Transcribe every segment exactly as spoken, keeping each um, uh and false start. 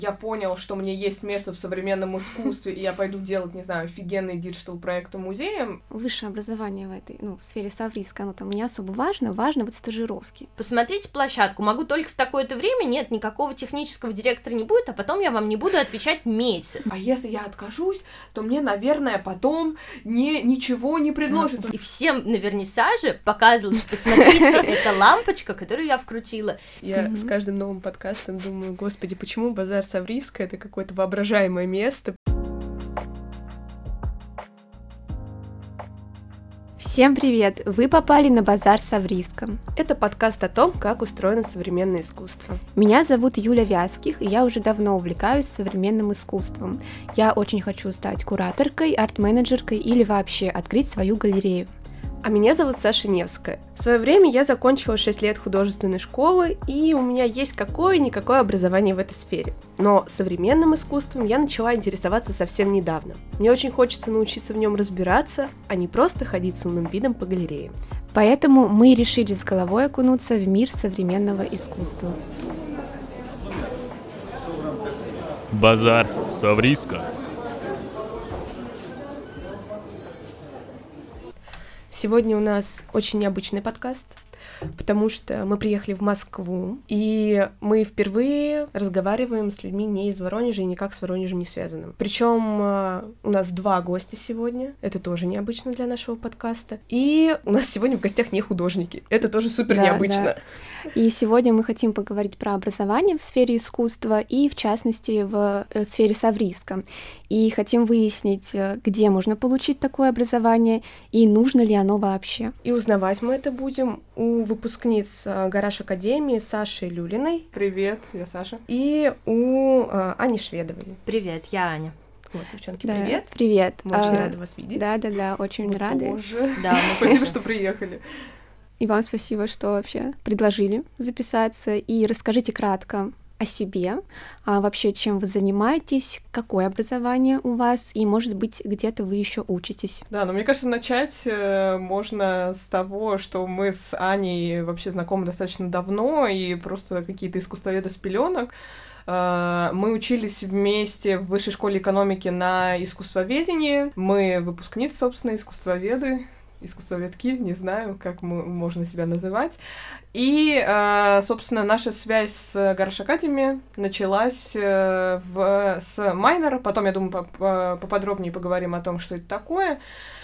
я понял, что мне есть место в современном искусстве, и я пойду делать, не знаю, офигенный диджитал-проект музеем. Высшее образование в этой, ну, в сфере Савриска, оно там не особо важно, важно вот стажировки. Посмотрите площадку, могу только в такое-то время, нет, никакого технического директора не будет, а потом я вам не буду отвечать месяц. А если я откажусь, то мне, наверное, потом не, ничего не предложат. И всем на вернисаже показывают, посмотрите, это лампочка, которую я вкрутила. Я mm-hmm. с каждым новым подкастом думаю, господи, почему базар Савриска — это какое-то воображаемое место. Всем привет! Вы попали на базар Савриска. Это подкаст о том, как устроено современное искусство. Меня зовут Юля Вязких, и я уже давно увлекаюсь современным искусством. Я очень хочу стать кураторкой, арт-менеджеркой или вообще открыть свою галерею. А меня зовут Саша Невская. В свое время я закончила шесть лет художественной школы, и у меня есть какое-никакое образование в этой сфере. Но современным искусством я начала интересоваться совсем недавно. Мне очень хочется научиться в нем разбираться, а не просто ходить с умным видом по галереям. Поэтому мы решили с головой окунуться в мир современного искусства. Базар Савриска. Сегодня у нас очень необычный подкаст, потому что мы приехали в Москву, и мы впервые разговариваем с людьми не из Воронежа и никак с Воронежем не связанным. Причем у нас два гостя сегодня, это тоже необычно для нашего подкаста, и у нас сегодня в гостях не художники, это тоже супер да, необычно. Да. И сегодня мы хотим поговорить про образование в сфере искусства и, в частности, в сфере Савриска. И хотим выяснить, где можно получить такое образование и нужно ли оно вообще. И узнавать мы это будем у выпускниц Гараж Академии Саши Люлиной. Привет, я Саша. И у э, Ани Шведовой. Привет, я Аня. Вот, девчонки, да, привет. Привет. Мы очень а, рады вас видеть. Да-да-да, очень Мы рады. Тоже. Да, спасибо, что приехали. И вам спасибо, что вообще предложили записаться. И расскажите кратко о себе, а вообще чем вы занимаетесь, какое образование у вас, и, может быть, где-то вы еще учитесь. Да, но мне кажется, начать э, можно с того, что мы с Аней вообще знакомы достаточно давно, и просто какие-то искусствоведы с пеленок. Э, мы учились вместе в Высшей школе экономики на искусствоведении. Мы выпускницы, собственно, искусствоведы. искусствоведки, не знаю, как мы, можно себя называть. И, э, собственно, наша связь с Гараж Академи началась э, в, с майнера. Потом, я думаю, поподробнее поговорим о том, что это такое.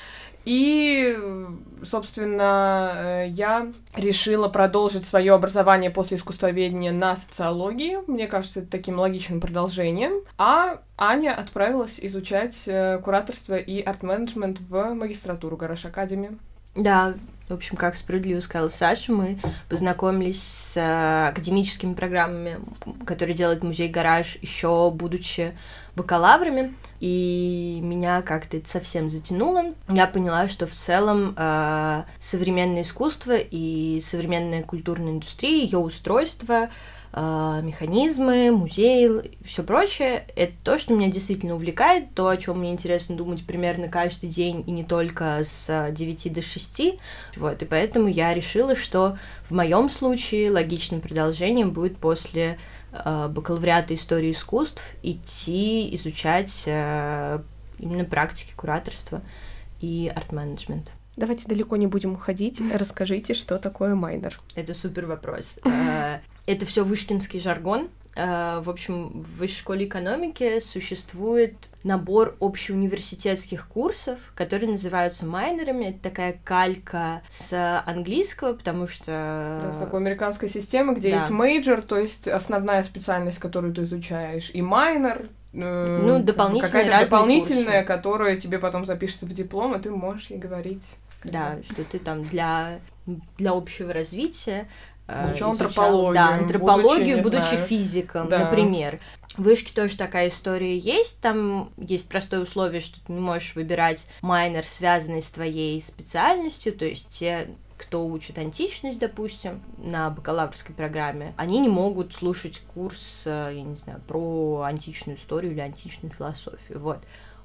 И, собственно, я решила продолжить свое образование после искусствоведения на социологии. Мне кажется, это таким логичным продолжением. А Аня отправилась изучать кураторство и арт-менеджмент в магистратуру Гараж Академи. Да, в общем, как справедливо сказала Саша, мы познакомились с академическими программами, которые делает музей Гараж, еще будучи бакалаврами, и меня как-то это совсем затянуло. Я поняла, что в целом э, современное искусство и современная культурная индустрия, ее устройство, э, механизмы, музей, все прочее, это то, что меня действительно увлекает, то, о чем мне интересно думать примерно каждый день, и не только с девяти до шести. Вот, и поэтому я решила, что в моем случае логичным продолжением будет после бакалавриата истории искусств идти изучать э, именно практики кураторства и арт-менеджмент. Давайте далеко не будем уходить. Расскажите, что такое майнер. Это супер вопрос. Это все вышкинский жаргон. В общем, в Высшей школе экономики существует набор общеуниверситетских курсов, которые называются майнерами. Это такая калька с английского, потому что... Да, с такой американской системы, где да. есть мейджор, то есть основная специальность, которую ты изучаешь, и майнер, э, ну, дополнительные какая-то дополнительная, курсы, которая тебе потом запишется в диплом, и ты можешь ей говорить. Да, что ты там для, для общего развития Изучал изучал, антропологию, да, антропологию, будучи, будучи знаю, физиком, да. например. В вышке тоже такая история есть, там есть простое условие, что ты не можешь выбирать майнер, связанный с твоей специальностью, то есть те, кто учит античность, допустим, на бакалаврской программе, они не могут слушать курс, я не знаю, про античную историю или античную философию, вот.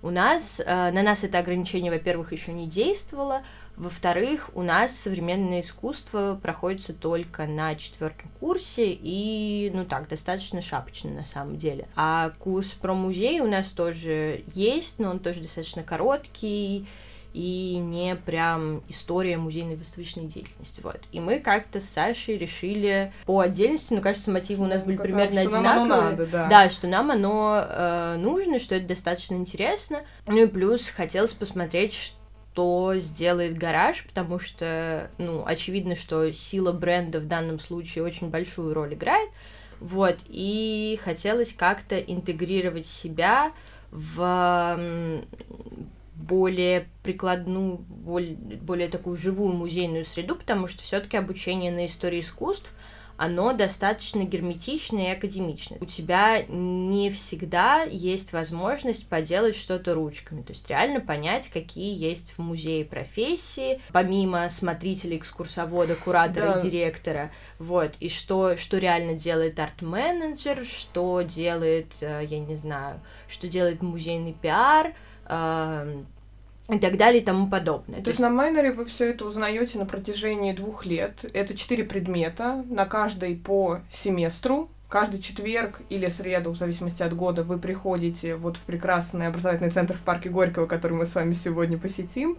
У нас, э, на нас это ограничение, во-первых, еще не действовало, во-вторых, у нас современное искусство проходится только на четвертом курсе и, ну так, достаточно шапочно на самом деле. А курс про музей у нас тоже есть, но он тоже достаточно короткий, и не прям история музейной выставочной деятельности, вот. И мы как-то с Сашей решили по отдельности, ну, кажется, мотивы у нас были примерно что одинаковые. Нам оно надо, да. Да, что нам оно э, нужно, что это достаточно интересно. Ну и плюс хотелось посмотреть, что сделает гараж, потому что, ну, очевидно, что сила бренда в данном случае очень большую роль играет, вот, и хотелось как-то интегрировать себя в более прикладную, более, более такую живую музейную среду, потому что все-таки обучение на истории искусств, оно достаточно герметичное и академичное. У тебя не всегда есть возможность поделать что-то ручками, то есть реально понять, какие есть в музее профессии, помимо смотрителя, экскурсовода, куратора, да, и директора, вот, и что, что реально делает арт-менеджер, что делает, я не знаю, что делает музейный пиар, и так далее и тому подобное. То, То есть на майнере вы все это узнаете на протяжении двух лет. Это четыре предмета, на каждый по семестру. Каждый четверг или среду, в зависимости от года, вы приходите вот в прекрасный образовательный центр в парке Горького, который мы с вами сегодня посетим.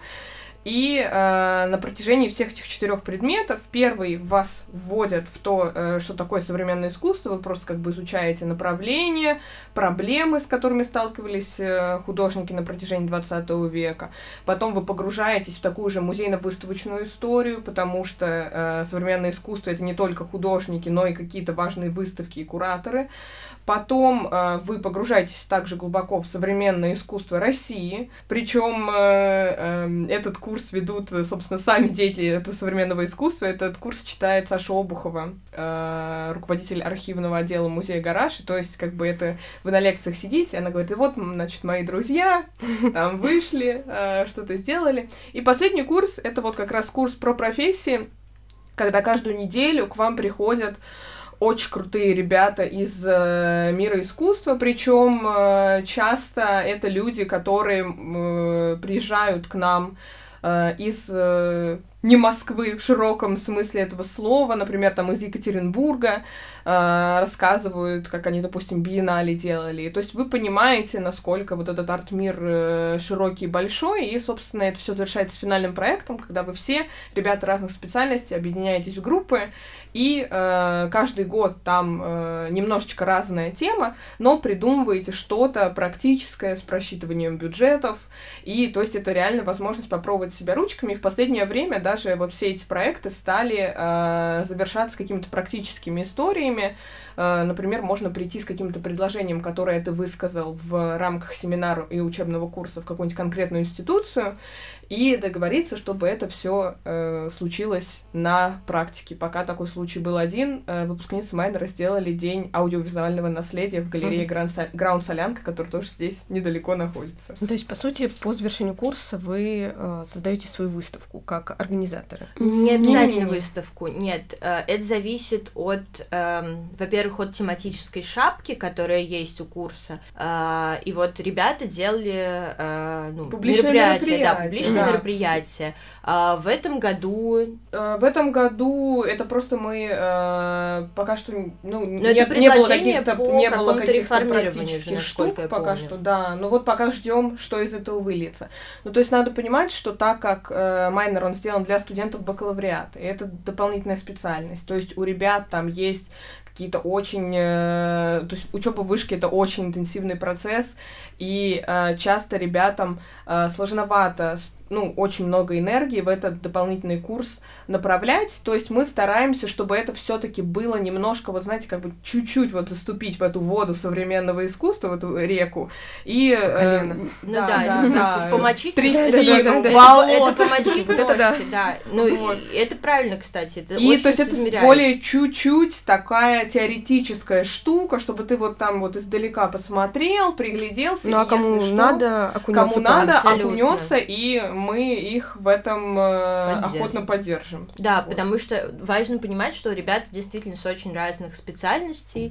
И э, на протяжении всех этих четырех предметов первый вас вводят в то, э, что такое современное искусство, вы просто как бы изучаете направления, проблемы, с которыми сталкивались э, художники на протяжении двадцатого века. Потом вы погружаетесь в такую же музейно-выставочную историю, потому что э, современное искусство — это не только художники, но и какие-то важные выставки и кураторы. Потом э, вы погружаетесь также глубоко в современное искусство России, причем э, э, этот курс ведут, собственно, сами деятели этого современного искусства. Этот курс читает Саша Обухова, э, руководитель архивного отдела музея «Гараж». То есть, как бы это вы на лекциях сидите, она говорит: и вот, значит, мои друзья там вышли, э, что-то сделали. И последний курс — это вот как раз курс про профессии, когда каждую неделю к вам приходят очень крутые ребята из э, мира искусства, причем э, часто это люди, которые э, приезжают к нам э, из э, не Москвы в широком смысле этого слова, например, там из Екатеринбурга, э, рассказывают, как они, допустим, биеннале делали. То есть вы понимаете, насколько вот этот арт-мир э, широкий и большой, и, собственно, это все завершается финальным проектом, когда вы все, ребята разных специальностей, объединяетесь в группы, и э, каждый год там э, немножечко разная тема, но придумываете что-то практическое с просчитыванием бюджетов, и то есть это реально возможность попробовать себя ручками. И в последнее время даже вот все эти проекты стали э, завершаться какими-то практическими историями. Э, например, можно прийти с каким-то предложением, которое ты высказал в рамках семинара и учебного курса в какую-нибудь конкретную институцию, и договориться, чтобы это все э, случилось на практике. Пока такой случай был один, э, выпускницы майнера сделали день аудиовизуального наследия в галерее mm-hmm. Граунд Солянка, который тоже здесь недалеко находится. То есть, по сути, по завершению курса вы э, создаете свою выставку как организаторы? Не обязательно выставку, нет. Э, это зависит от, э, во-первых, от тематической шапки, которая есть у курса. Э, и вот ребята делали э, ну, мероприятия, да, публичные да. мероприятия. А в этом году... В этом году это просто мы э, пока что... Ну, не, не было каких-то, не было каких-то практических штук пока что, да. Но вот пока ждем, что из этого выльется. Ну, то есть надо понимать, что так как э, майнер, он сделан для студентов бакалавриата, и это дополнительная специальность. То есть у ребят там есть какие-то очень... Э, то есть учеба в вышке — это очень интенсивный процесс, и э, часто ребятам э, сложновато, ну, очень много энергии в этот дополнительный курс направлять. То есть мы стараемся, чтобы это все-таки было немножко, вот знаете, как бы чуть-чуть вот заступить в эту воду современного искусства, в эту реку, и... Э, ну да, да, да, помочить. Трясину, это помочить ножки, да. Ну, это правильно, кстати, это очень И то есть это более чуть-чуть такая теоретическая штука, чтобы ты вот там вот издалека посмотрел, пригляделся. Ну а кому что, надо окунется, кому надо окунется, и мы их в этом э, охотно поддержим. Да, вот. Потому что важно понимать, что ребята действительно с очень разных специальностей,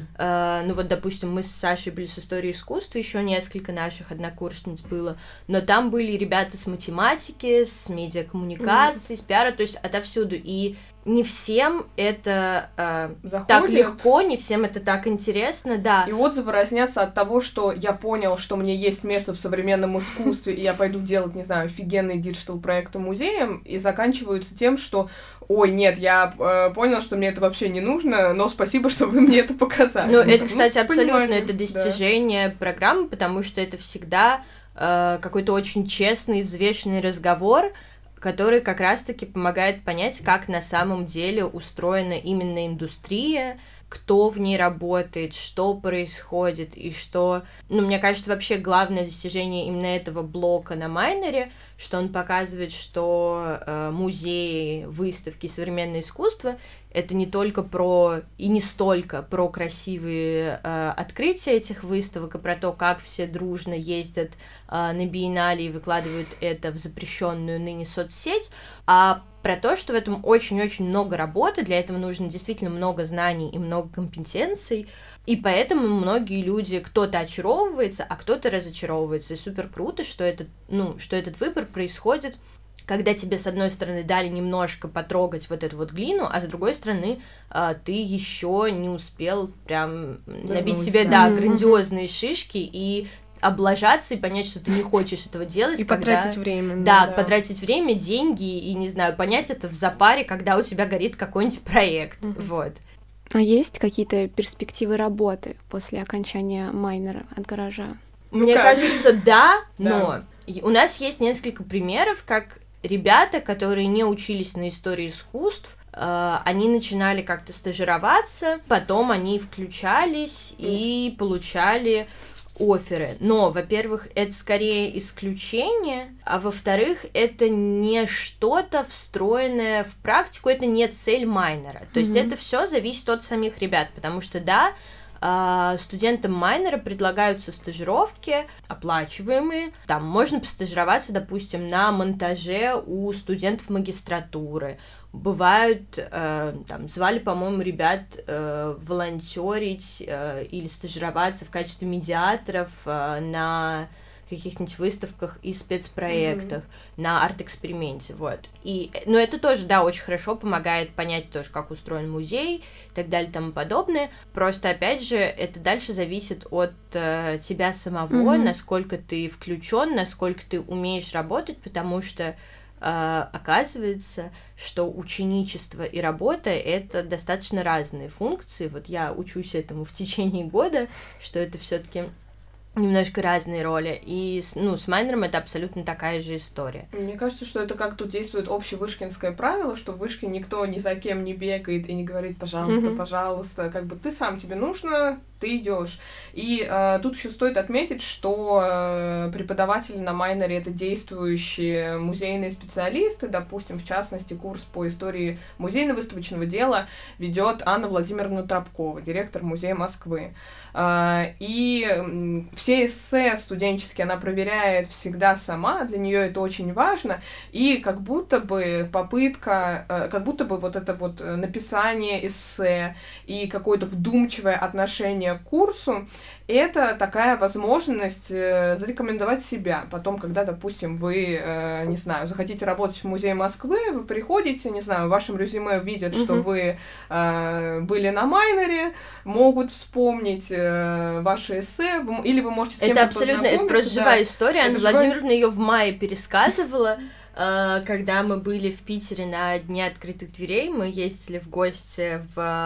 э, ну вот, допустим, мы с Сашей были с историей искусства, еще несколько наших однокурсниц было, но там были ребята с математики, с медиакоммуникацией, mm-hmm. с пиара, то есть отовсюду, и не всем это э, так легко, не всем это так интересно, да. И отзывы разнятся от того, что я понял, что мне есть место в современном искусстве, и я пойду делать, не знаю, офигенные диджитал-проекты музеем, и заканчиваются тем, что ой, нет, я э, понял, что мне это вообще не нужно, но спасибо, что вы мне это показали. Ну, это, кстати, ну, абсолютно это достижение да. программы, потому что это всегда э, какой-то очень честный, взвешенный разговор, который как раз-таки помогает понять, как на самом деле устроена именно индустрия, кто в ней работает, что происходит, и что... Ну, мне кажется, вообще главное достижение именно этого блока на майнере, что он показывает, что э, музеи, выставки, современное искусство — это не только про, и не столько про красивые э, открытия этих выставок, и про то, как все дружно ездят э, на биеннале и выкладывают это в запрещенную ныне соцсеть, а про то, что в этом очень-очень много работы, для этого нужно действительно много знаний и много компетенций, и поэтому многие люди, кто-то очаровывается, а кто-то разочаровывается, и супер круто, что этот, ну, что этот выбор происходит, когда тебе, с одной стороны, дали немножко потрогать вот эту вот глину, а с другой стороны, ты еще не успел прям набить себе, да, грандиозные шишки и облажаться и понять, что ты не хочешь этого делать. И когда... потратить время. Да, да, потратить время, деньги и, не знаю, понять это в запаре, когда у тебя горит какой-нибудь проект, mm-hmm. вот. А есть какие-то перспективы работы после окончания майнера от гаража? Мне ну кажется, да, но да. у нас есть несколько примеров, как ребята, которые не учились на истории искусств, э, они начинали как-то стажироваться, потом они включались и получали офферы. Но, во-первых, это скорее исключение, а во-вторых, это не что-то встроенное в практику, это не цель майнера. То mm-hmm. есть это все зависит от самих ребят, потому что, да, студентам майнера предлагаются стажировки, оплачиваемые. Там можно постажироваться, допустим, на монтаже у студентов магистратуры. Бывают, э, там, звали, по-моему, ребят э, волонтерить э, или стажироваться в качестве медиаторов э, на каких-нибудь выставках и спецпроектах, mm-hmm. на арт-эксперименте, вот. И, ну, это тоже, да, очень хорошо помогает понять тоже, как устроен музей и так далее и тому подобное. Просто, опять же, это дальше зависит от э, тебя самого, mm-hmm. насколько ты включен, насколько ты умеешь работать, потому что э, оказывается, что ученичество и работа — это достаточно разные функции. Вот я учусь этому в течение года, что это все-таки немножко разные роли, и ну, с майнером это абсолютно такая же история. Мне кажется, что это как тут действует общевышкинское правило, что в вышке никто ни за кем не бегает и не говорит «пожалуйста, mm-hmm. пожалуйста», как бы ты сам, тебе нужно, ты идешь. И э, тут еще стоит отметить, что э, преподаватели на майнере — это действующие музейные специалисты, допустим, в частности, курс по истории музейно-выставочного дела ведет Анна Владимировна Тропкова, директор Музея Москвы. Э, и все эссе студенческие она проверяет всегда сама, для нее это очень важно, и как будто бы попытка, э, как будто бы вот это вот написание эссе и какое-то вдумчивое отношение к курсу — это такая возможность э, зарекомендовать себя. Потом, когда, допустим, вы, э, не знаю, захотите работать в Музее Москвы, вы приходите, не знаю, в вашем резюме видят, mm-hmm. что вы э, были на майнере, могут вспомнить э, ваши эссе, вы, или вы можете с кем-то это абсолютно, это просто да. живая история. Анна Владимировна ее в мае пересказывала. Когда мы были в Питере на Дне открытых дверей, мы ездили в гости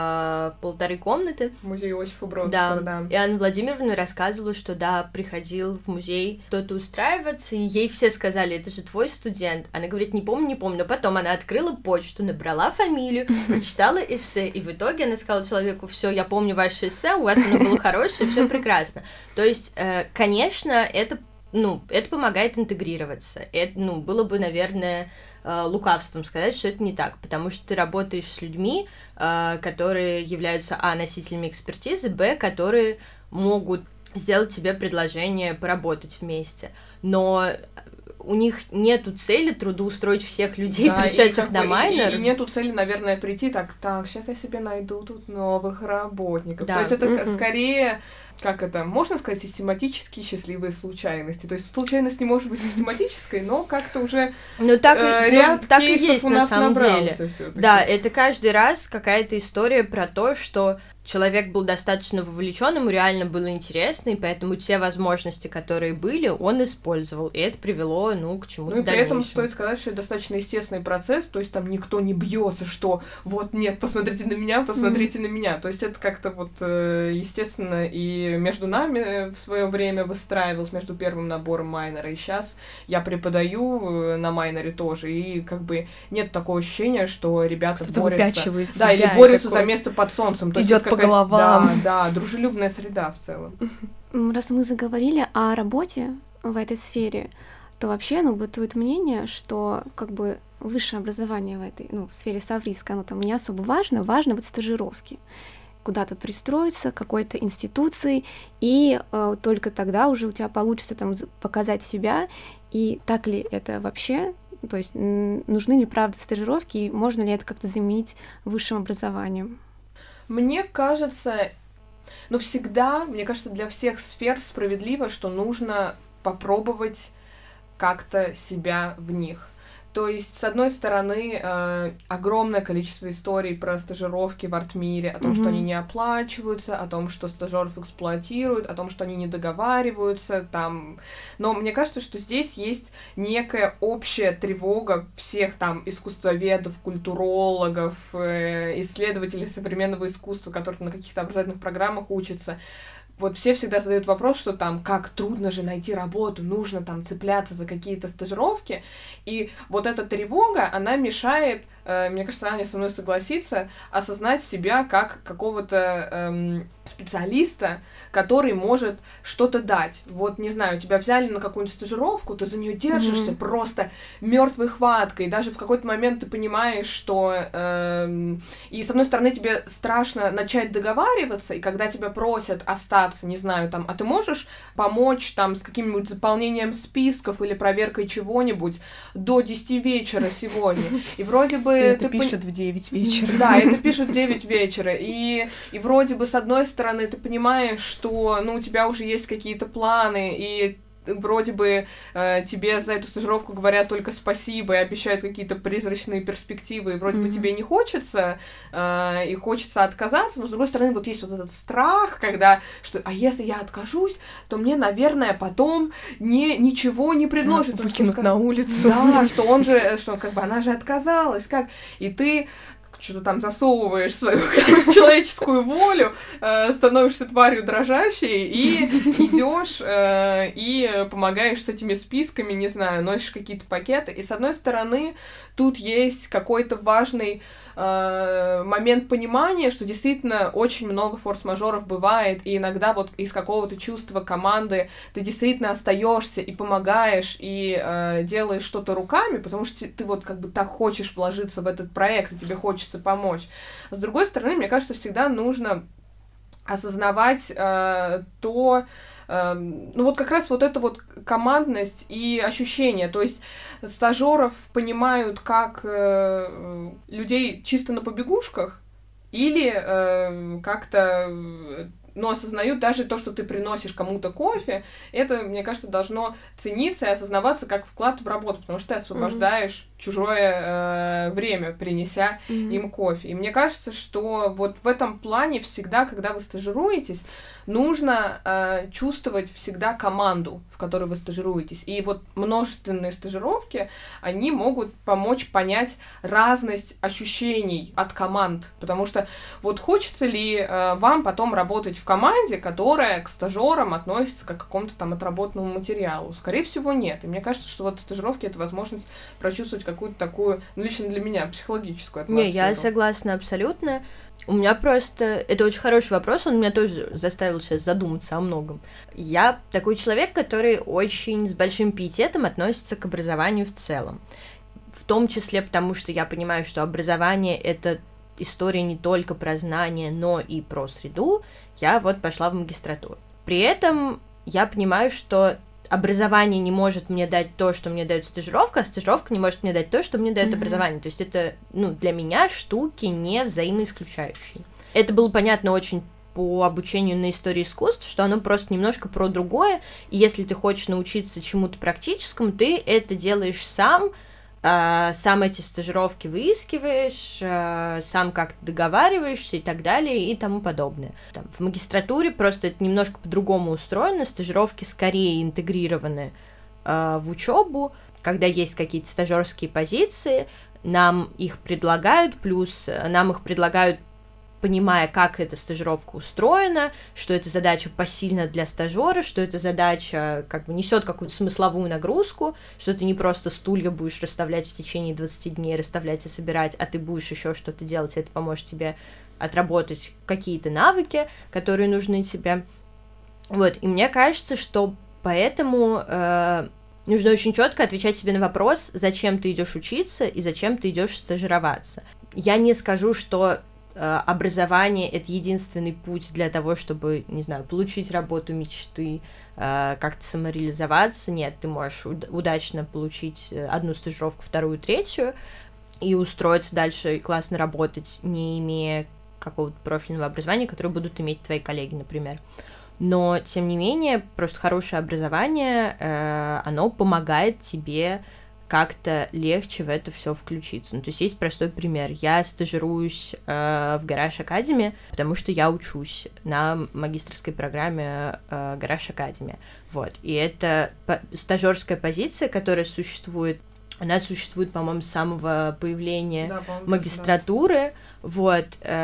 в полторы комнаты. Музей Иосифа Бродского, да. да. И Анна Владимировна рассказывала, что, да, приходил в музей кто-то устраиваться, и ей все сказали: это же твой студент. Она говорит: не помню, не помню. Но потом она открыла почту, набрала фамилию, прочитала эссе, и в итоге она сказала человеку: все, я помню ваше эссе, у вас оно было хорошее, все прекрасно. То есть, конечно, это ну, это помогает интегрироваться. Это, ну, было бы, наверное, лукавством сказать, что это не так, потому что ты работаешь с людьми, которые являются, а, носителями экспертизы, б, которые могут сделать тебе предложение поработать вместе. Но у них нету цели трудоустроить всех людей, да, пришедших на майнер. И, и нету цели, наверное, прийти так, так, сейчас я себе найду тут новых работников. Да. То есть это mm-hmm. скорее... Как это? Можно сказать, систематические счастливые случайности. То есть случайность не может быть систематической, но как-то уже ну, так, э, ряд ну, так кейсов и есть, у нас на самом набрался деле. всё-таки. Да, это каждый раз какая-то история про то, что человек был достаточно вовлечен, ему реально было интересно, и поэтому те возможности, которые были, он использовал, и это привело, ну, к чему-то Ну и при дальнейшему. этом стоит сказать, что это достаточно естественный процесс, то есть там никто не бьется, что вот нет, посмотрите на меня, посмотрите mm-hmm. на меня. То есть это как-то вот э, естественно и между нами в свое время выстраивалось, между первым набором майнера, и сейчас я преподаю на майнере тоже, и как бы нет такого ощущения, что ребята кто-то борются. Да, себя, или борются за место под солнцем. То идет по головам. Да, да, дружелюбная среда в целом. Раз мы заговорили о работе в этой сфере, то вообще, ну, бытует мнение, что как бы высшее образование в этой, ну, в сфере Совриска, оно там не особо важно, важно вот стажировки. Куда-то пристроиться, к какой-то институции, и э, только тогда уже у тебя получится там показать себя, и так ли это вообще? То есть нужны ли, правда, стажировки, и можно ли это как-то заменить высшим образованием? Мне кажется, ну всегда, мне кажется, для всех сфер справедливо, что нужно попробовать как-то себя в них. То есть, с одной стороны, э, огромное количество историй про стажировки в арт-мире, о том, mm-hmm. что они не оплачиваются, о том, что стажеров эксплуатируют, о том, что они не договариваются, там. Но мне кажется, что здесь есть некая общая тревога всех там искусствоведов, культурологов, э, исследователей современного искусства, которые на каких-то образовательных программах учатся. Вот все всегда задают вопрос, что там, как трудно же найти работу, нужно там цепляться за какие-то стажировки, и вот эта тревога, она мешает, э, мне кажется, Аня со мной согласится, осознать себя как какого-то эм, специалиста, который может что-то дать. Вот, не знаю, тебя взяли на какую-нибудь стажировку, ты за нее держишься mm-hmm. просто мертвой хваткой, даже в какой-то момент ты понимаешь, что... Эм, и, с одной стороны, тебе страшно начать договариваться, и когда тебя просят остаться, не знаю, там, а ты можешь помочь там с каким-нибудь заполнением списков или проверкой чего-нибудь до десяти вечера сегодня? И вроде бы... И это ты пишут пон... в девять вечера. Да, это пишут в девять вечера. И, и вроде бы, с одной стороны, ты понимаешь, что, ну, у тебя уже есть какие-то планы, и вроде бы э, тебе за эту стажировку говорят только спасибо и обещают какие-то призрачные перспективы, и вроде mm-hmm. бы тебе не хочется, э, и хочется отказаться, но с другой стороны вот есть вот этот страх, когда, что, а если я откажусь, то мне, наверное, потом не, ничего не предложат. Да, выкинут на улицу. Да, что он же, что как бы она же отказалась, как, и ты что-то там засовываешь свою человеческую волю, э, становишься тварью дрожащей и идешь э, и помогаешь с этими списками, не знаю, носишь какие-то пакеты. И с одной стороны, тут есть какой-то важный э, момент понимания, что действительно очень много форс-мажоров бывает, и иногда вот из какого-то чувства команды ты действительно остаешься и помогаешь, и э, делаешь что-то руками, потому что ты вот как бы так хочешь вложиться в этот проект, и тебе хочется помочь. С другой стороны, мне кажется, всегда нужно осознавать э, то, э, ну вот как раз вот эта вот командность и ощущение, то есть стажеров понимают как э, людей чисто на побегушках или э, как-то но осознают даже то, что ты приносишь кому-то кофе, это, мне кажется, должно цениться и осознаваться как вклад в работу, потому что ты освобождаешь mm-hmm. чужое э, время, принеся mm-hmm. им кофе. И мне кажется, что вот в этом плане всегда, когда вы стажируетесь, нужно э, чувствовать всегда команду, в которой вы стажируетесь. И вот множественные стажировки, они могут помочь понять разность ощущений от команд, потому что вот хочется ли э, вам потом работать в команде, которая к стажерам относится как к какому-то там отработанному материалу? Скорее всего, нет. И мне кажется, что вот стажировки — это возможность прочувствовать какую-то такую, ну, лично для меня, психологическую атмосферу. Не, я согласна абсолютно. У меня просто... Это очень хороший вопрос, он меня тоже заставил сейчас задуматься о многом. Я такой человек, который очень с большим пиететом относится к образованию в целом. В том числе потому, что я понимаю, что образование — это история не только про знания, но и про среду. Я вот пошла в магистратуру. При этом я понимаю, что образование не может мне дать то, что мне дает стажировка, а стажировка не может мне дать то, что мне дает mm-hmm. образование. То есть это, ну, для меня штуки не взаимоисключающие. Это было понятно очень по обучению на истории искусств, что оно просто немножко про другое, и если ты хочешь научиться чему-то практическому, ты это делаешь сам, э, сам эти стажировки выискиваешь, э, сам как-то договариваешься и так далее, и тому подобное. Там, в магистратуре просто это немножко по-другому устроено, стажировки скорее интегрированы э, в учебу, когда есть какие-то стажерские позиции, нам их предлагают, плюс нам их предлагают, понимая, как эта стажировка устроена, что эта задача посильна для стажера, что эта задача как бы несет какую-то смысловую нагрузку, что ты не просто стулья будешь расставлять в течение двадцати дней, расставлять и собирать, а ты будешь еще что-то делать, и это поможет тебе отработать какие-то навыки, которые нужны тебе. Вот, и мне кажется, что поэтому э, нужно очень четко отвечать себе на вопрос, зачем ты идешь учиться и зачем ты идешь стажироваться. Я не скажу, что образование — это единственный путь для того, чтобы, не знаю, получить работу мечты, как-то самореализоваться. Нет, ты можешь удачно получить одну стажировку, вторую, третью, и устроиться дальше и классно работать, не имея какого-то профильного образования, которое будут иметь твои коллеги, например. Но, тем не менее, просто хорошее образование, оно помогает тебе как-то легче в это все включиться. Ну, то есть есть простой пример. Я стажируюсь э, в Garage Academy, потому что я учусь на магистерской программе э, Garage Academy. Вот. И это по- стажерская позиция, которая существует, она существует, по-моему, с самого появления да, магистратуры. Да. Вот.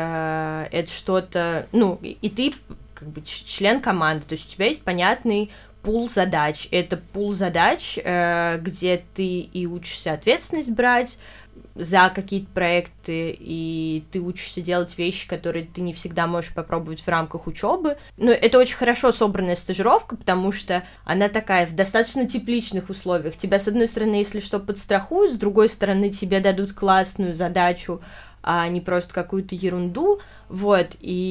Э, это что-то... Ну, и, и ты как бы член команды, то есть у тебя есть понятный пул задач. Это пул задач, э, где ты и учишься ответственность брать за какие-то проекты, и ты учишься делать вещи, которые ты не всегда можешь попробовать в рамках учебы. Но это очень хорошо собранная стажировка, потому что она такая в достаточно тепличных условиях. Тебя, с одной стороны, если что, подстрахуют, с другой стороны, тебе дадут классную задачу, а не просто какую-то ерунду, вот,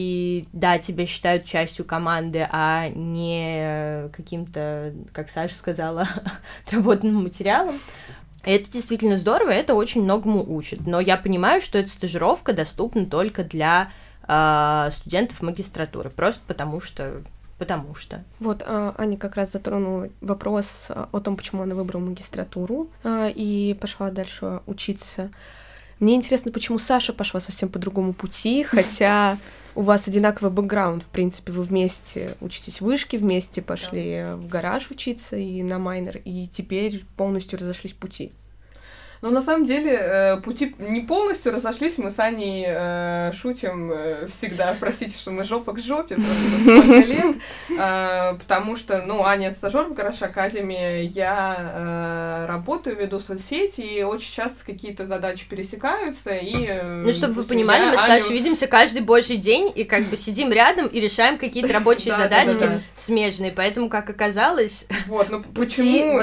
и да, тебя считают частью команды, а не каким-то, как Саша сказала, отработанным материалом. Это действительно здорово, это очень многому учит, но я понимаю, что эта стажировка доступна только для э, студентов магистратуры, просто потому что... Потому что. Вот, Аня как раз затронула вопрос о том, почему она выбрала магистратуру и пошла дальше учиться. Мне интересно, почему Саша пошла совсем по другому пути, хотя у вас одинаковый бэкграунд, в принципе, вы вместе учитесь в вышке, вместе пошли в гараж учиться и на майнер, и теперь полностью разошлись пути. Но на самом деле пути не полностью разошлись, мы с Аней э, шутим э, всегда, простите, что мы жопа к жопе, просто сколько лет, э, потому что, ну, Аня стажёр в Garage Academy, я э, работаю, веду соцсети, и очень часто какие-то задачи пересекаются, и... Э, ну, чтобы вы понимали, мы с Аню... Сашей видимся каждый божий день, и как бы сидим рядом и решаем какие-то рабочие задачки смежные, поэтому, как оказалось... Вот, ну почему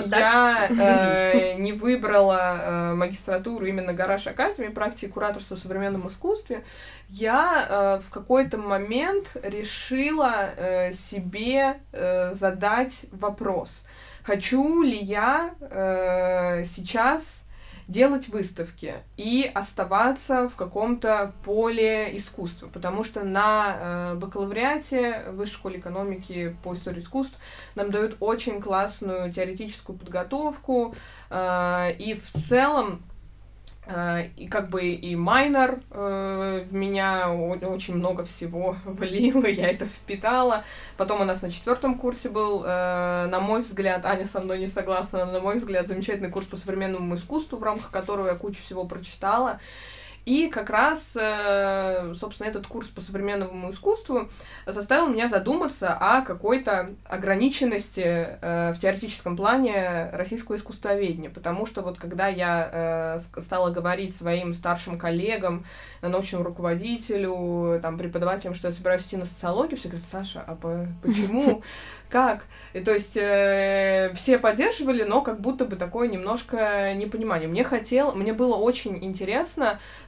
я не выбрала магистратуру именно Garage Academy, практики кураторства в современном искусстве, я э, в какой-то момент решила э, себе э, задать вопрос, хочу ли я э, сейчас делать выставки и оставаться в каком-то поле искусства, потому что на э, бакалавриате в Высшей школе экономики по истории искусств нам дают очень классную теоретическую подготовку, э, и в целом э, и как бы и майнер э, в меня очень много всего влил, и я это впитала. Потом у нас на четвертом курсе был, э, на мой взгляд, Аня со мной не согласна, но, на мой взгляд, замечательный курс по современному искусству, в рамках которого я кучу всего прочитала. И как раз, собственно, этот курс по современному искусству заставил меня задуматься о какой-то ограниченности в теоретическом плане российского искусствоведения, потому что вот когда я стала говорить своим старшим коллегам, научному руководителю, там, преподавателям, что я собираюсь идти на социологию, все говорят: Саша, а по- почему? Как? И то есть э, все поддерживали, но как будто бы такое немножко непонимание. Мне хотел, мне было очень интересно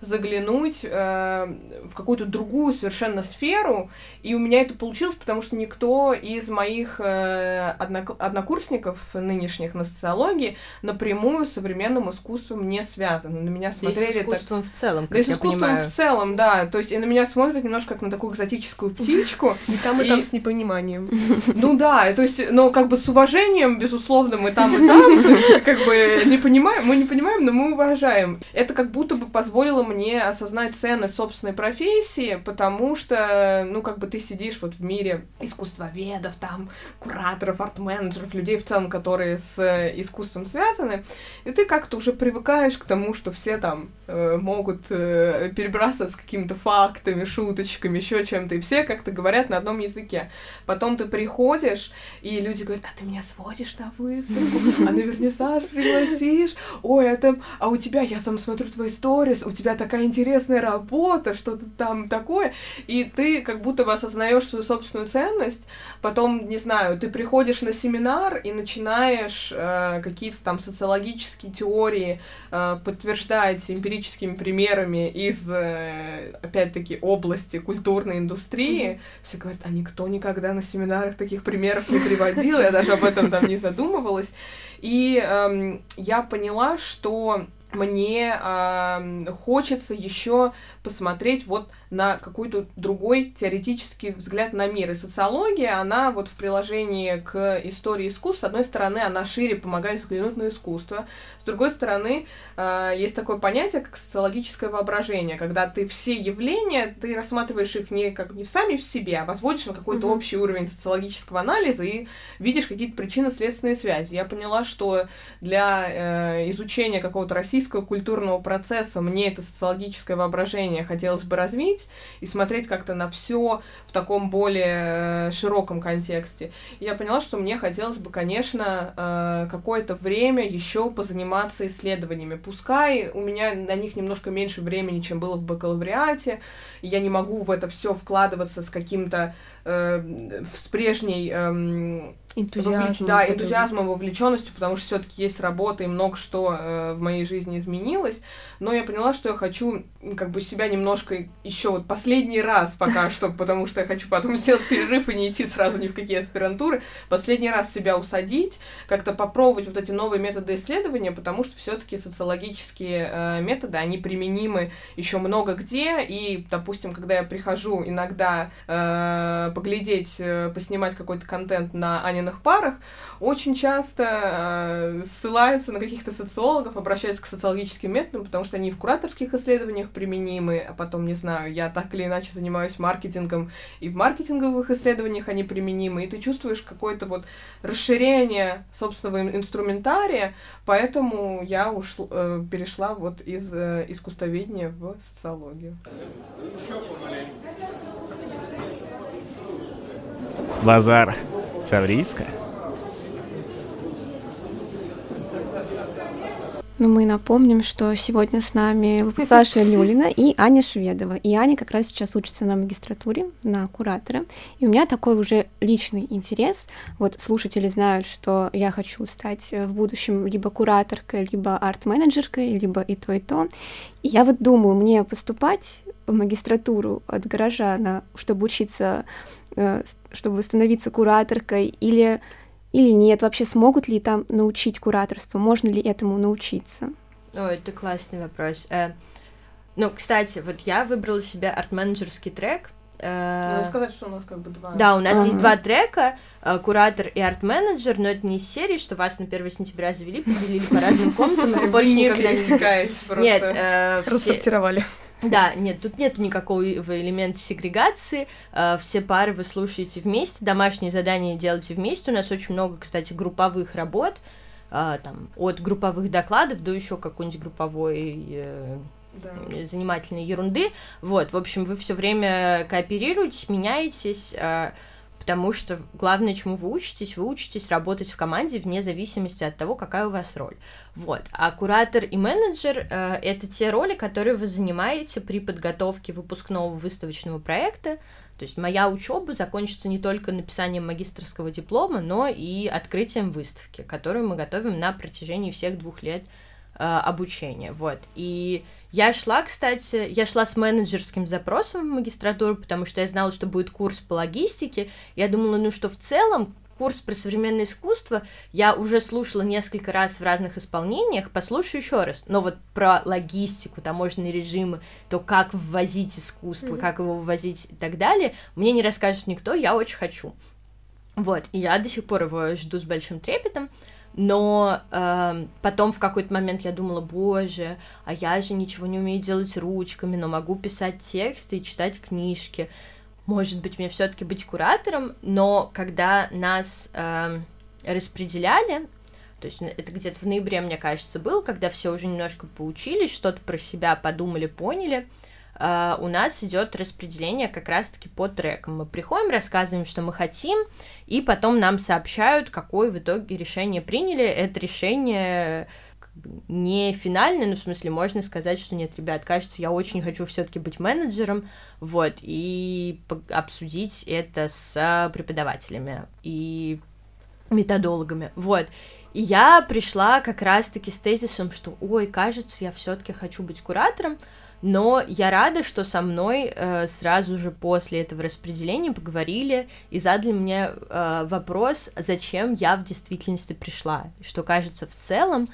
заглянуть э, в какую-то другую совершенно сферу, и у меня это получилось, потому что никто из моих э, однок- однокурсников нынешних на социологии напрямую с современным искусством не связан. На меня смотрели... Да и с искусством так... в целом, как да я и с искусством понимаю. в целом, да. То есть и на меня смотрят немножко как на такую экзотическую птичку. И там, и там с непониманием. Ну да, то есть, но как бы с уважением, безусловно, мы там и там, как бы не понимаем, мы не понимаем, но мы уважаем. Это как будто бы позволило мне осознать ценность собственной профессии, потому что, ну, как бы ты сидишь вот в мире искусствоведов, там, кураторов, арт-менеджеров, людей в целом, которые с искусством связаны, и ты как-то уже привыкаешь к тому, что все там э, могут э, перебрасываться с какими-то фактами, шуточками, еще чем-то, и все как-то говорят на одном языке. Потом ты приходишь, и люди говорят: а ты меня сводишь на выставку, а на вернисаж пригласишь, ой, а там, а у тебя, я там смотрю твои сторис, у тебя такая интересная работа, что-то там такое, и ты как будто бы осознаешь свою собственную ценность. Потом, не знаю, ты приходишь на семинар и начинаешь э, какие-то там социологические теории э, подтверждать эмпирическими примерами из, э, опять-таки, области культурной индустрии. Mm-hmm. Все говорят: а никто никогда на семинарах таких примеров не приводил, я даже об этом там не задумывалась. И э, я поняла, что мне э, хочется еще посмотреть вот на какой-то другой теоретический взгляд на мир. И социология, она вот в приложении к истории искусств, с одной стороны, она шире помогает взглянуть на искусство, с другой стороны, э, есть такое понятие, как социологическое воображение, когда ты все явления, ты рассматриваешь их не как не сами в себе, а возводишь на какой-то mm-hmm. общий уровень социологического анализа и видишь какие-то причинно-следственные связи. Я поняла, что для э, изучения какого-то российского культурного процесса мне это социологическое воображение хотелось бы развить и смотреть как-то на все в таком более широком контексте. И я поняла, что мне хотелось бы, конечно, какое-то время еще позаниматься исследованиями. Пускай у меня на них немножко меньше времени, чем было в бакалавриате, и я не могу в это все вкладываться с каким-то э, с прежней э, энтузиазмом, да, энтузиазмом, вовлеченностью, потому что все-таки есть работа и много что э, в моей жизни изменилось. Но я поняла, что я хочу как бы себя немножко еще вот последний раз пока что, потому что я хочу потом сделать перерыв и не идти сразу ни в какие аспирантуры, последний раз себя усадить, как-то попробовать вот эти новые методы исследования, потому что все-таки социологические э, методы, они применимы еще много где, и, допустим, когда я прихожу иногда э, поглядеть, э, поснимать какой-то контент на Аниных парах, очень часто э, ссылаются на каких-то социологов, обращаются к социологическим методам, потому что они в кураторских исследованиях применимы, а потом, не знаю, я так или иначе занимаюсь маркетингом, и в маркетинговых исследованиях они применимы, и ты чувствуешь какое-то вот расширение собственного инструментария, поэтому я ушла, э, перешла вот из э, искусствоведения в социологию. Базар Саврийска. Ну, мы напомним, что сегодня с нами Саша Люлина и Аня Шведова. И Аня как раз сейчас учится на магистратуре, на куратора. И у меня такой уже личный интерес. Вот слушатели знают, что я хочу стать в будущем либо кураторкой, либо арт-менеджеркой, либо и то, и то. И я вот думаю, мне поступать в магистратуру от гаража, на, чтобы учиться, чтобы становиться кураторкой, или... Или нет? Вообще смогут ли там научить кураторству? Можно ли этому научиться? Ой, это классный вопрос. Э, ну, кстати, вот я выбрала себе арт-менеджерский трек. Э, Надо сказать, что у нас как бы два. Да, у нас ага. есть два трека, э, куратор и арт-менеджер, но это не из серии, что вас на первое сентября завели, поделили по разным комнатам, и больше никогда не пересекаете просто. Нет, э, рассортировали. Да, нет, тут нету никакого элемента сегрегации, э, все пары вы слушаете вместе, домашние задания делаете вместе, у нас очень много, кстати, групповых работ, э, там, от групповых докладов до еще какой-нибудь групповой э, да. занимательной ерунды, вот, в общем, вы все время кооперируетесь, меняетесь, э, потому что главное, чему вы учитесь, вы учитесь работать в команде вне зависимости от того, какая у вас роль. Вот. А куратор и менеджер э, — это те роли, которые вы занимаете при подготовке выпускного выставочного проекта. То есть моя учеба закончится не только написанием магистерского диплома, но и открытием выставки, которую мы готовим на протяжении всех двух лет э, обучения. Вот. И Я шла, кстати, я шла с менеджерским запросом в магистратуру, потому что я знала, что будет курс по логистике. Я думала, ну что в целом курс про современное искусство я уже слушала несколько раз в разных исполнениях, послушаю еще раз. Но вот про логистику, таможенные режимы, то, как ввозить искусство, mm-hmm. как его вывозить и так далее, мне не расскажет никто, я очень хочу. Вот, и я до сих пор его жду с большим трепетом. Но э, потом в какой-то момент я думала, боже, а я же ничего не умею делать ручками, но могу писать тексты и читать книжки. Может быть, мне все-таки быть куратором, но когда нас э, распределяли, то есть это где-то в ноябре, мне кажется, было, когда все уже немножко поучились, что-то про себя подумали, поняли, э, у нас идет распределение как раз-таки по трекам. Мы приходим, рассказываем, что мы хотим, и потом нам сообщают, какое в итоге решение приняли. Это решение не финальное, но в смысле можно сказать, что нет, ребят, кажется, я очень хочу все-таки быть менеджером, вот, и обсудить это с преподавателями и методологами, вот. И я пришла как раз-таки с тезисом, что, ой, кажется, я все-таки хочу быть куратором, но я рада, что со мной э, сразу же после этого распределения поговорили и задали мне э, вопрос, зачем я в действительности пришла, что, кажется, в целом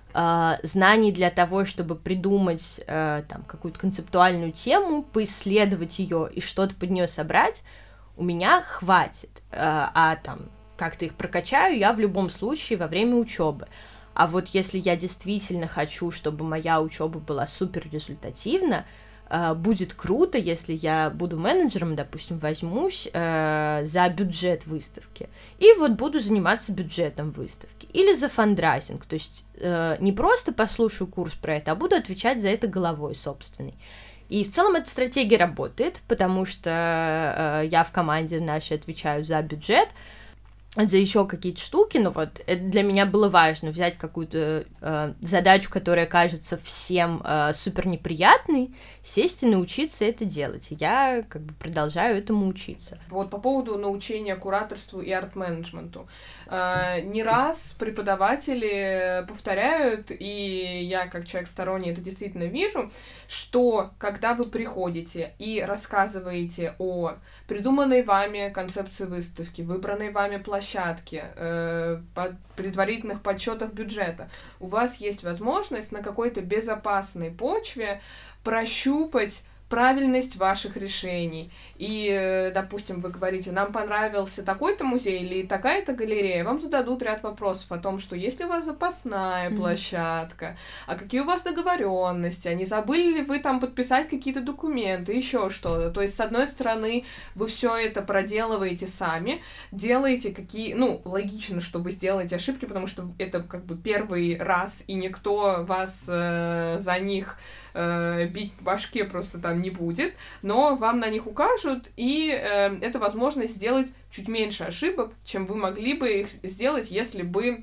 знаний для того, чтобы придумать э, там какую-то концептуальную тему, поисследовать ее и что-то под нее собрать, у меня хватит, э, а там как-то их прокачаю я в любом случае во время учебы. А вот если я действительно хочу, чтобы моя учеба была супер результативна, э, будет круто, если я буду менеджером, допустим, возьмусь э, за бюджет выставки, и вот буду заниматься бюджетом выставки, или за фандрайзинг, то есть э, не просто послушаю курс про это, а буду отвечать за это головой собственной. И в целом эта стратегия работает, потому что э, я в команде нашей отвечаю за бюджет, за еще какие-то штуки, но вот это для меня было важно взять какую-то э, задачу, которая кажется всем э, супер неприятной, сесть и научиться это делать. И я как бы продолжаю этому учиться. Вот по поводу научения кураторству и арт-менеджменту. Э, не раз преподаватели повторяют, и я как человек сторонний это действительно вижу, что когда вы приходите и рассказываете о придуманной вами концепции выставки, выбранной вами площадке, э, под предварительных подсчетах бюджета, у вас есть возможность на какой-то безопасной почве прощупать правильность ваших решений. И, допустим, вы говорите, нам понравился такой-то музей или такая-то галерея, вам зададут ряд вопросов о том, что есть ли у вас запасная mm-hmm. площадка, а какие у вас договоренности, а не забыли ли вы там подписать какие-то документы, еще что-то. То есть, с одной стороны, вы все это проделываете сами, делаете какие... Ну, логично, что вы сделаете ошибки, потому что это как бы первый раз, и никто вас э, за них э, бить по башке просто там не будет, но вам на них укажут, и э, это возможность сделать чуть меньше ошибок, чем вы могли бы их сделать, если бы...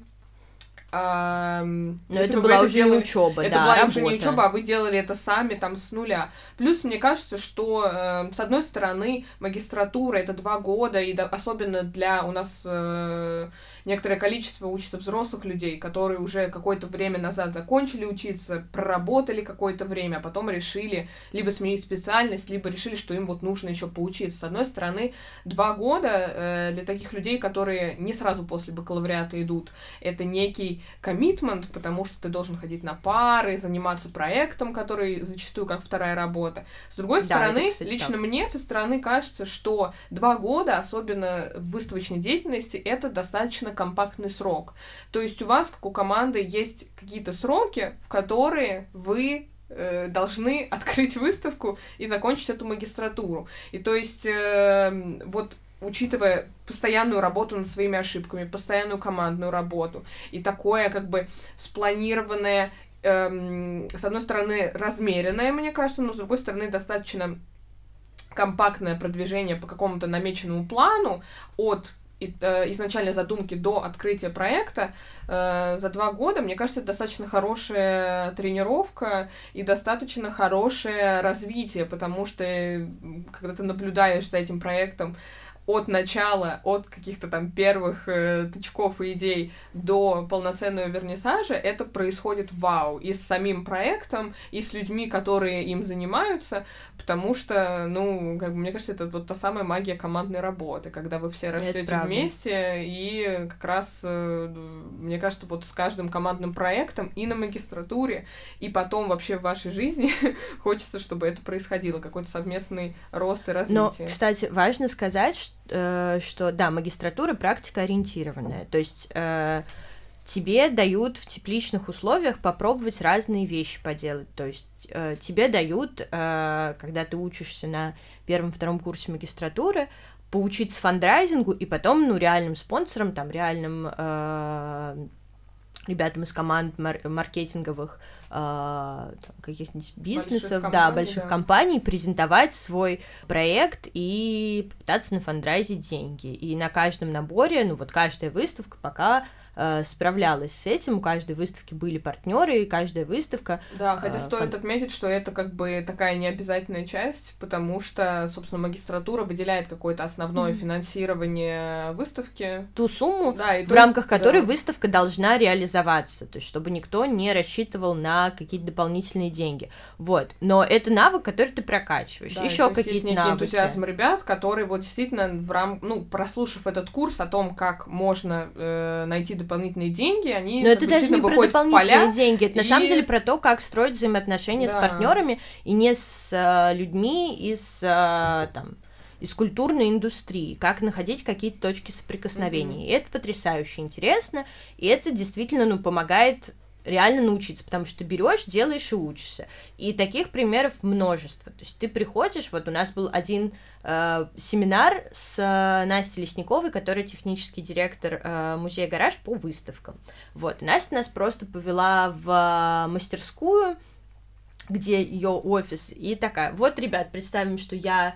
Э, но это была уже делали, не учеба, это да, была работа. уже не учеба, а вы делали это сами там с нуля. Плюс мне кажется, что э, с одной стороны магистратура это два года, и да, особенно для у нас э, некоторое количество учатся взрослых людей, которые уже какое-то время назад закончили учиться, проработали какое-то время, а потом решили либо сменить специальность, либо решили, что им вот нужно еще поучиться. С одной стороны, два года э, для таких людей, которые не сразу после бакалавриата идут, это некий коммитмент, потому что ты должен ходить на пары, заниматься проектом, который зачастую как вторая работа. С другой да, стороны, это, кстати, лично так. мне со стороны кажется, что два года, особенно в выставочной деятельности, это достаточно компактный срок. То есть у вас, как у команды, есть какие-то сроки, в которые вы э, должны открыть выставку и закончить эту магистратуру. И то есть э, вот учитывая постоянную работу над своими ошибками, постоянную командную работу и такое как бы спланированное, эм, с одной стороны, размеренное, мне кажется, но с другой стороны, достаточно компактное продвижение по какому-то намеченному плану от изначальной задумки до открытия проекта э, за два года, мне кажется, это достаточно хорошая тренировка и достаточно хорошее развитие, потому что когда ты наблюдаешь за этим проектом от начала, от каких-то там первых э, тычков и идей до полноценного вернисажа, это происходит вау, и с самим проектом, и с людьми, которые им занимаются, потому что, ну, как бы, мне кажется, это вот та самая магия командной работы, когда вы все растете вместе, и как раз, э, мне кажется, вот с каждым командным проектом и на магистратуре, и потом вообще в вашей жизни хочется, чтобы это происходило, какой-то совместный рост и развитие. Но, кстати, важно сказать, что что, да, магистратура практикоориентированная, то есть э, тебе дают в тепличных условиях попробовать разные вещи поделать, то есть э, тебе дают, э, когда ты учишься на первом-втором курсе магистратуры, поучиться фандрайзингу и потом, ну, реальным спонсорам, там, реальным э, ребятам из команд мар- маркетинговых э, каких-нибудь бизнесов, больших да, компаний, больших да. компаний, презентовать свой проект и попытаться нафандрайзить деньги. И на каждом наборе, ну вот каждая выставка пока э, справлялась с этим, у каждой выставки были партнеры, и каждая выставка... Да, хотя э, стоит фан... отметить, что это как бы такая необязательная часть, потому что, собственно, магистратура выделяет какое-то основное mm-hmm. финансирование выставки. Ту сумму, да, и в рамках есть, которой да. выставка должна реализоваться, то есть чтобы никто не рассчитывал на какие-то дополнительные деньги. Вот. Но это навык, который ты прокачиваешь. Да, еще какие-то есть некий навыки. Энтузиазм ребят, которые вот действительно в рам... ну, прослушав этот курс о том, как можно э, найти дополнительные деньги, они Но это даже не про дополнительные деньги, это и... на самом деле про то, как строить взаимоотношения да. с партнерами и не с э, людьми из э, там из культурной индустрии, как находить какие-то точки соприкосновения. Mm-hmm. И это потрясающе интересно, и это действительно, ну, помогает реально научиться, потому что ты берешь, делаешь и учишься. И таких примеров множество. То есть ты приходишь, вот у нас был один э, семинар с э, Настей Лесниковой, которая технический директор э, музея «Гараж» по выставкам. Вот, и Настя нас просто повела в мастерскую, где ее офис, и такая, вот, ребят, представим, что я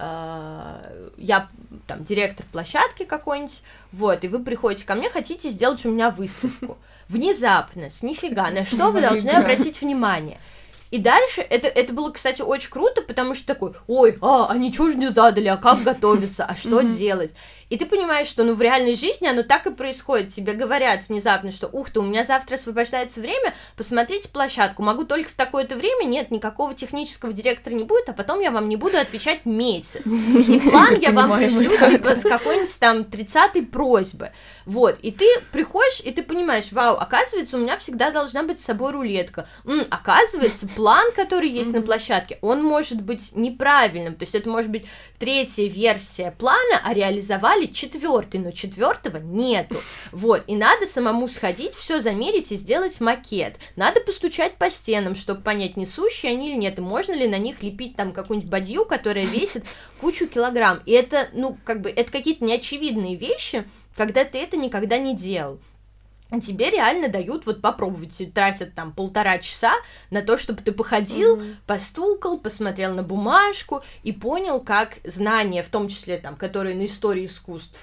я там директор площадки какой-нибудь, вот, и вы приходите ко мне, хотите сделать у меня выставку. Внезапно, с нифига, на что вы должны обратить внимание? И дальше, это, это было, кстати, очень круто, потому что такой, ой, а, а ничего же не задали, а как готовиться, а что делать? И ты понимаешь, что, ну, в реальной жизни оно так и происходит. Тебе говорят внезапно, что, ух ты, у меня завтра освобождается время, посмотрите площадку, могу только в такое-то время, нет, никакого технического директора не будет, а потом я вам не буду отвечать месяц. И план я вам пришлю, типа, с какой-нибудь там тридцатой просьбы. Вот, и ты приходишь, и ты понимаешь, вау, оказывается, у меня всегда должна быть с собой рулетка. М, оказывается, план, который есть на площадке, он может быть неправильным, то есть это может быть третья версия плана, а реализовали четвертый, но четвертого нету. Вот, и надо самому сходить, все замерить и сделать макет. Надо постучать по стенам, чтобы понять, несущие они или нет, и можно ли на них лепить там какую-нибудь бадью, которая весит кучу килограмм. И это, ну, как бы, это какие-то неочевидные вещи, когда ты это никогда не делал. Тебе реально дают вот попробовать, тратят там полтора часа на то, чтобы ты походил, mm-hmm. постукал, посмотрел на бумажку и понял, как знания, в том числе там, которые на истории искусств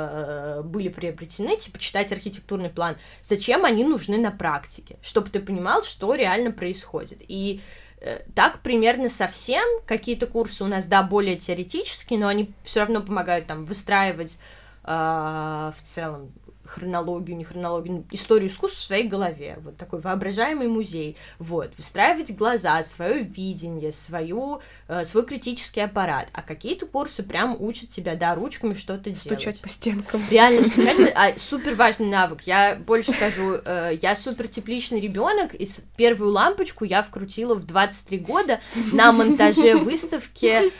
э, были приобретены, типа читать архитектурный план, зачем они нужны на практике, чтобы ты понимал, что реально происходит. И э, так примерно совсем. Какие-то курсы у нас, да, более теоретические, но они все равно помогают там выстраивать э, в целом хронологию, не хронологию, историю искусства в своей голове, вот такой воображаемый музей, вот, выстраивать глаза, свое видение, свою, э, свой критический аппарат, а какие-то курсы прям учат тебя, да, ручками что-то делать. Стучать по стенкам. Реально стучать, а, супер важный навык, я больше скажу, э, я супер тепличный ребенок, и первую лампочку я вкрутила в двадцать три года на монтаже выставки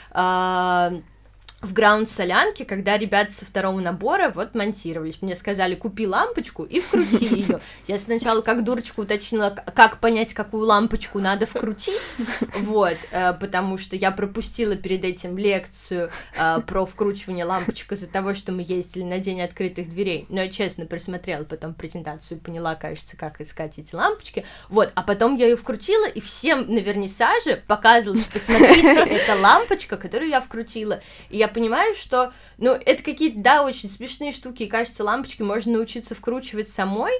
э, в граунд-солянке, когда ребята со второго набора вот монтировались. Мне сказали, купи лампочку и вкрути ее. Я сначала как дурочка уточнила, как понять, какую лампочку надо вкрутить, вот, потому что я пропустила перед этим лекцию про вкручивание лампочек из-за того, что мы ездили на день открытых дверей, но я честно просмотрела потом презентацию и поняла, кажется, как искать эти лампочки, вот, а потом я ее вкрутила и всем на вернисаже показывала, что посмотрите, это лампочка, которую я вкрутила, и я понимаю, что, ну, это какие-то, да, очень смешные штуки, и, кажется, лампочки можно научиться вкручивать самой,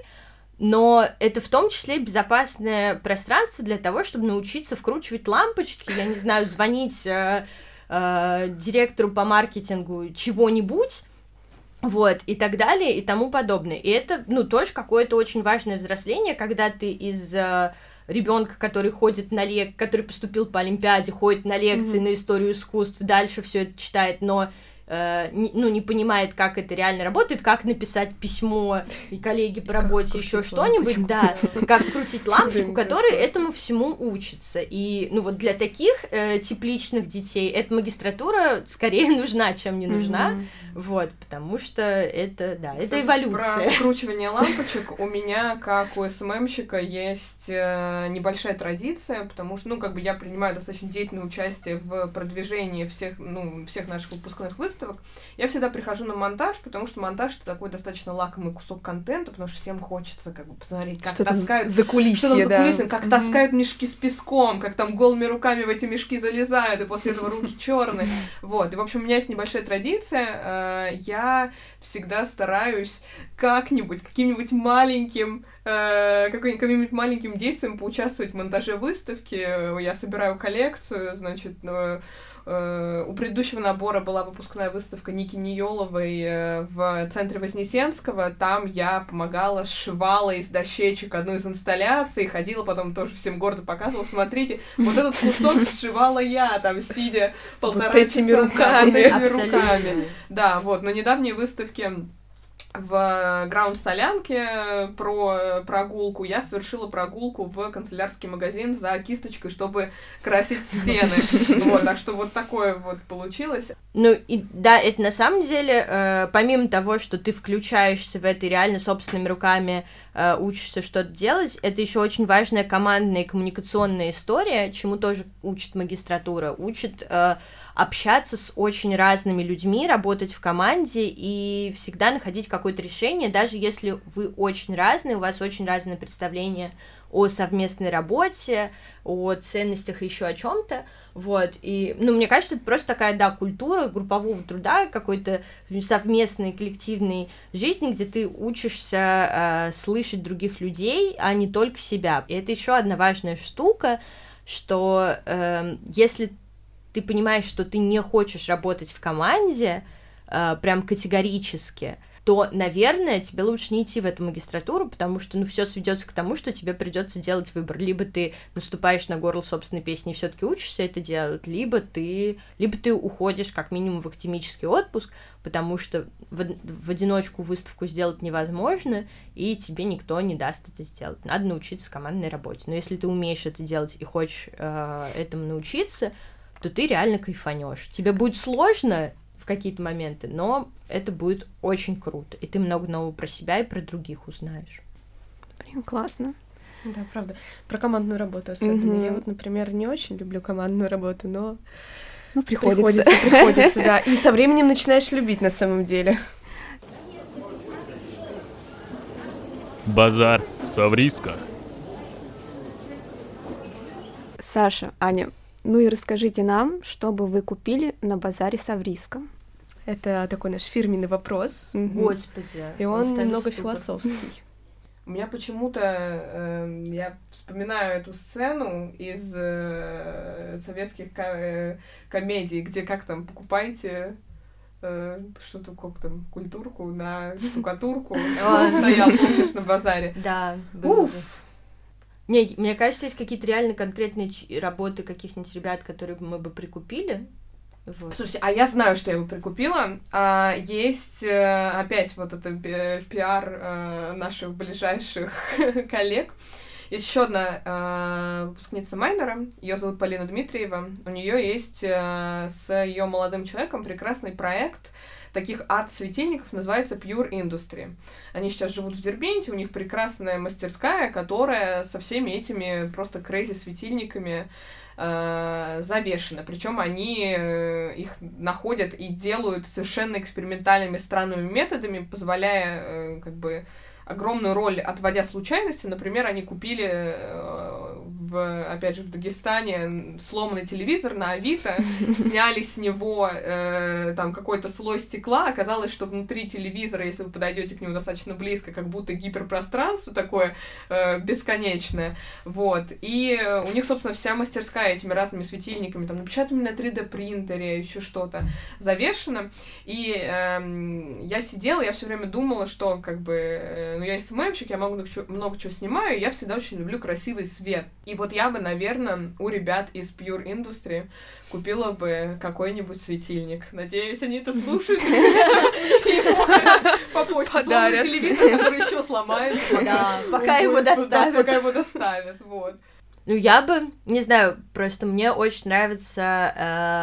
но это в том числе безопасное пространство для того, чтобы научиться вкручивать лампочки, я не знаю, звонить э, э, директору по маркетингу чего-нибудь, вот, и так далее, и тому подобное. И это, ну, тоже какое-то очень важное взросление, когда ты из э, ребенка, который ходит на лек, который поступил по Олимпиаде, ходит на лекции, mm-hmm. на историю искусств, дальше все это читает, но Не, ну, не понимает, как это реально работает, как написать письмо и коллеге по работе, еще что-нибудь, да, как вкрутить лампочку, который этому всему учится. И, ну, вот для таких э, тепличных детей эта магистратура скорее нужна, чем не нужна, mm-hmm. вот, потому что это, да, Кстати, это эволюция. Про вкручивание лампочек у меня, как у эс эм эм-щика, есть э, небольшая традиция, потому что, ну, как бы я принимаю достаточно деятельное участие в продвижении всех, ну, всех наших выпускных выставок. Я всегда прихожу на монтаж, потому что монтаж — это такой достаточно лакомый кусок контента, потому что всем хочется как бы посмотреть, как что таскают... За кулисье, что там за да. кулисами, как mm-hmm. таскают мешки с песком, как там голыми руками в эти мешки залезают, и после этого руки черные. Вот. И, в общем, у меня есть небольшая традиция. Я всегда стараюсь как-нибудь, каким-нибудь маленьким каким-нибудь маленьким действием поучаствовать в монтаже выставки. Я собираю коллекцию, значит, у предыдущего набора была выпускная выставка Ники Ниёловой в центре Вознесенского. Там я помогала, сшивала из дощечек одну из инсталляций, ходила потом тоже всем гордо показывала. Смотрите, вот этот кусок сшивала я, там, сидя полтора вот этими часа, руками. Да, вот этими руками. Да, вот, на недавней выставке в Граунд-Солянке про прогулку я совершила прогулку в канцелярский магазин за кисточкой, чтобы красить стены. Вот, так что вот такое вот получилось. Ну, и да, это на самом деле, э, помимо того, что ты включаешься в это и реально собственными руками э, учишься что-то делать, это еще очень важная командная и коммуникационная история, чему тоже учит магистратура, учит э, общаться с очень разными людьми, работать в команде и всегда находить какое-то решение, даже если вы очень разные, у вас очень разное представление о совместной работе, о ценностях и еще о чем-то, вот, и, ну, мне кажется, это просто такая, да, культура группового труда, какой-то совместной коллективной жизни, где ты учишься э, слышать других людей, а не только себя, и это еще одна важная штука, что э, если ты понимаешь, что ты не хочешь работать в команде, э, прям категорически, то, наверное, тебе лучше не идти в эту магистратуру, потому что, ну, все сведется к тому, что тебе придется делать выбор. Либо ты наступаешь на горло собственной песни и все-таки учишься это делать, либо ты, либо ты уходишь как минимум в академический отпуск, потому что в, в одиночку выставку сделать невозможно, и тебе никто не даст это сделать. Надо научиться командной работе. Но если ты умеешь это делать и хочешь э, этому научиться, то ты реально кайфанешь. Тебе будет сложно в какие-то моменты, но это будет очень круто, и ты много нового про себя и про других узнаешь. Блин, классно. Да, правда. Про командную работу особенно. Mm-hmm. Я вот, например, не очень люблю командную работу, но ну, приходится. Приходится, приходится, да. И со временем начинаешь любить на самом деле. Базар Савриска. Саша, Аня, ну и расскажите нам, что бы вы купили на базаре Савриска. Это такой наш фирменный вопрос. Господи. И он немного философский. У меня почему-то, э, я вспоминаю эту сцену из э, советских ко- э, комедий, где как там покупаете э, что-то, как там, культурку на штукатурку, стоял, помнишь, на базаре. Да, был. Не, мне кажется, есть какие-то реально конкретные работы каких-нибудь ребят, которые мы бы прикупили. Вот. Слушайте, а я знаю, что я бы прикупила. А, есть э, опять вот это э, пиар э, наших ближайших коллег. Есть еще одна э, выпускница Майнера, ее зовут Полина Дмитриева. У нее есть э, с ее молодым человеком прекрасный проект таких арт-светильников, называется Pure Industry. Они сейчас живут в Дербенте, у них прекрасная мастерская, которая со всеми этими просто крейзи-светильниками э, завешена. Причем они э, их находят и делают совершенно экспериментальными странными методами, позволяя э, как бы огромную роль отводя случайности. Например, они купили э, в, опять же, в Дагестане сломанный телевизор на Авито, сняли с него э, там какой-то слой стекла, оказалось, что внутри телевизора, если вы подойдете к нему достаточно близко, как будто гиперпространство такое э, бесконечное, вот, и у них, собственно, вся мастерская этими разными светильниками, там, напечатанными на три дэ принтере, еще что-то завешено, и э, я сидела, я все время думала, что, как бы, э, ну, я эс эм эм-щик, я много, много чего снимаю, и я всегда очень люблю красивый свет, и вот я бы, наверное, у ребят из Pure Industry купила бы какой-нибудь светильник. Надеюсь, они это слушают. По почте сломанный телевизор, который еще сломается. Да, пока его доставят. Пока его доставят, вот. Ну, я бы, не знаю, просто мне очень нравится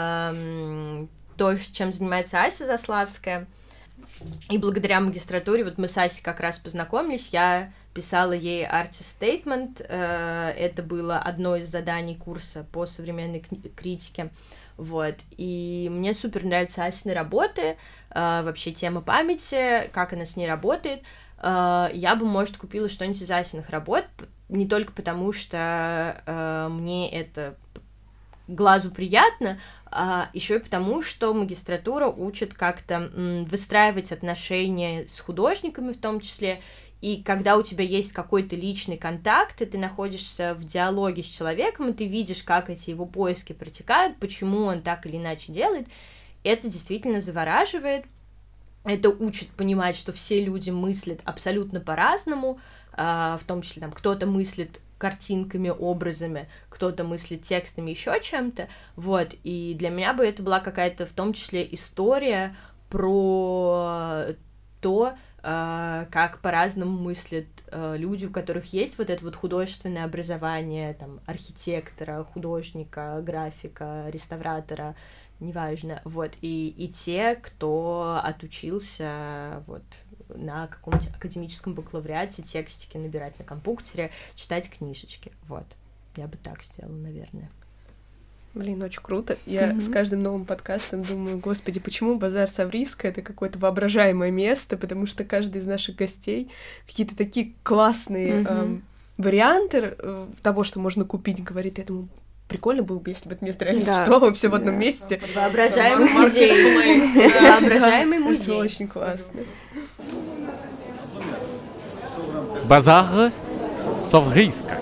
эм, то, чем занимается Ася Заславская. И благодаря магистратуре, вот мы с Асей как раз познакомились, я писала ей Artist Statement, э, это было одно из заданий курса по современной кни- критике, вот, и мне супер нравятся Асины работы, э, вообще тема памяти, как она с ней работает, э, я бы, может, купила что-нибудь из Асиных работ, не только потому, что э, мне это глазу приятно, а еще и потому, что магистратура учит как-то м, выстраивать отношения с художниками в том числе, и когда у тебя есть какой-то личный контакт, и ты находишься в диалоге с человеком, и ты видишь, как эти его поиски протекают, почему он так или иначе делает, это действительно завораживает, это учит понимать, что все люди мыслят абсолютно по-разному, в том числе там кто-то мыслит картинками, образами, кто-то мыслит текстами, еще чем-то, вот, и для меня бы это была какая-то в том числе история про то, как по-разному мыслят люди, у которых есть вот это вот художественное образование, там, архитектора, художника, графика, реставратора, неважно, вот, и, и те, кто отучился, вот, на каком-нибудь академическом бакалавриате текстики набирать на компьютере, читать книжечки, вот, я бы так сделала, наверное. Блин, очень круто. Я mm-hmm. с каждым новым подкастом думаю, господи, почему базар Савриска — это какое-то воображаемое место, потому что каждый из наших гостей какие-то такие классные mm-hmm. эм, варианты э, того, что можно купить, говорит, я думаю, прикольно было бы, если бы это место реально да. существовало все в одном да. месте. Воображаемый музей. Воображаемый музей. Это очень классно. Базар Савриска.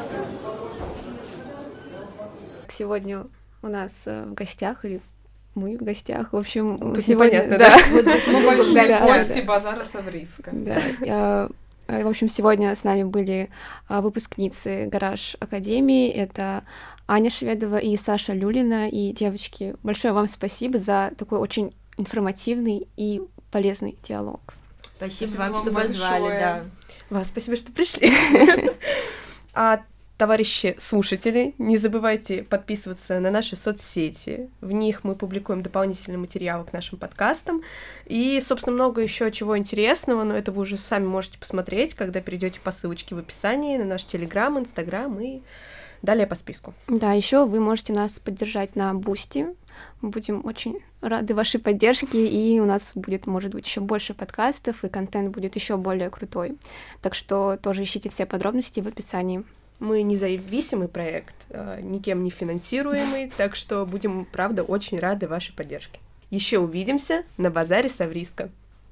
Сегодня у нас в гостях, или мы в гостях, в общем, тут сегодня... Непонятно, да? Мы гости базара Савриска. Да, в общем, сегодня с нами были выпускницы Гараж Академии, это Аня Шведова и Саша Люлина, и, девочки, большое вам спасибо за такой очень информативный и полезный диалог. Спасибо, спасибо вам, что позвали, да. Вам спасибо, что пришли. А товарищи слушатели, не забывайте подписываться на наши соцсети. В них мы публикуем дополнительные материалы к нашим подкастам. И, собственно, много еще чего интересного, но это вы уже сами можете посмотреть, когда перейдете по ссылочке в описании на наш Телеграм, Инстаграм и далее по списку. Да, еще вы можете нас поддержать на Бусти. Мы будем очень рады вашей поддержке, и у нас будет, может быть, еще больше подкастов, и контент будет еще более крутой. Так что тоже ищите все подробности в описании. Мы независимый проект, никем не финансируемый, так что будем, правда, очень рады вашей поддержке. Еще увидимся на базаре Савриска.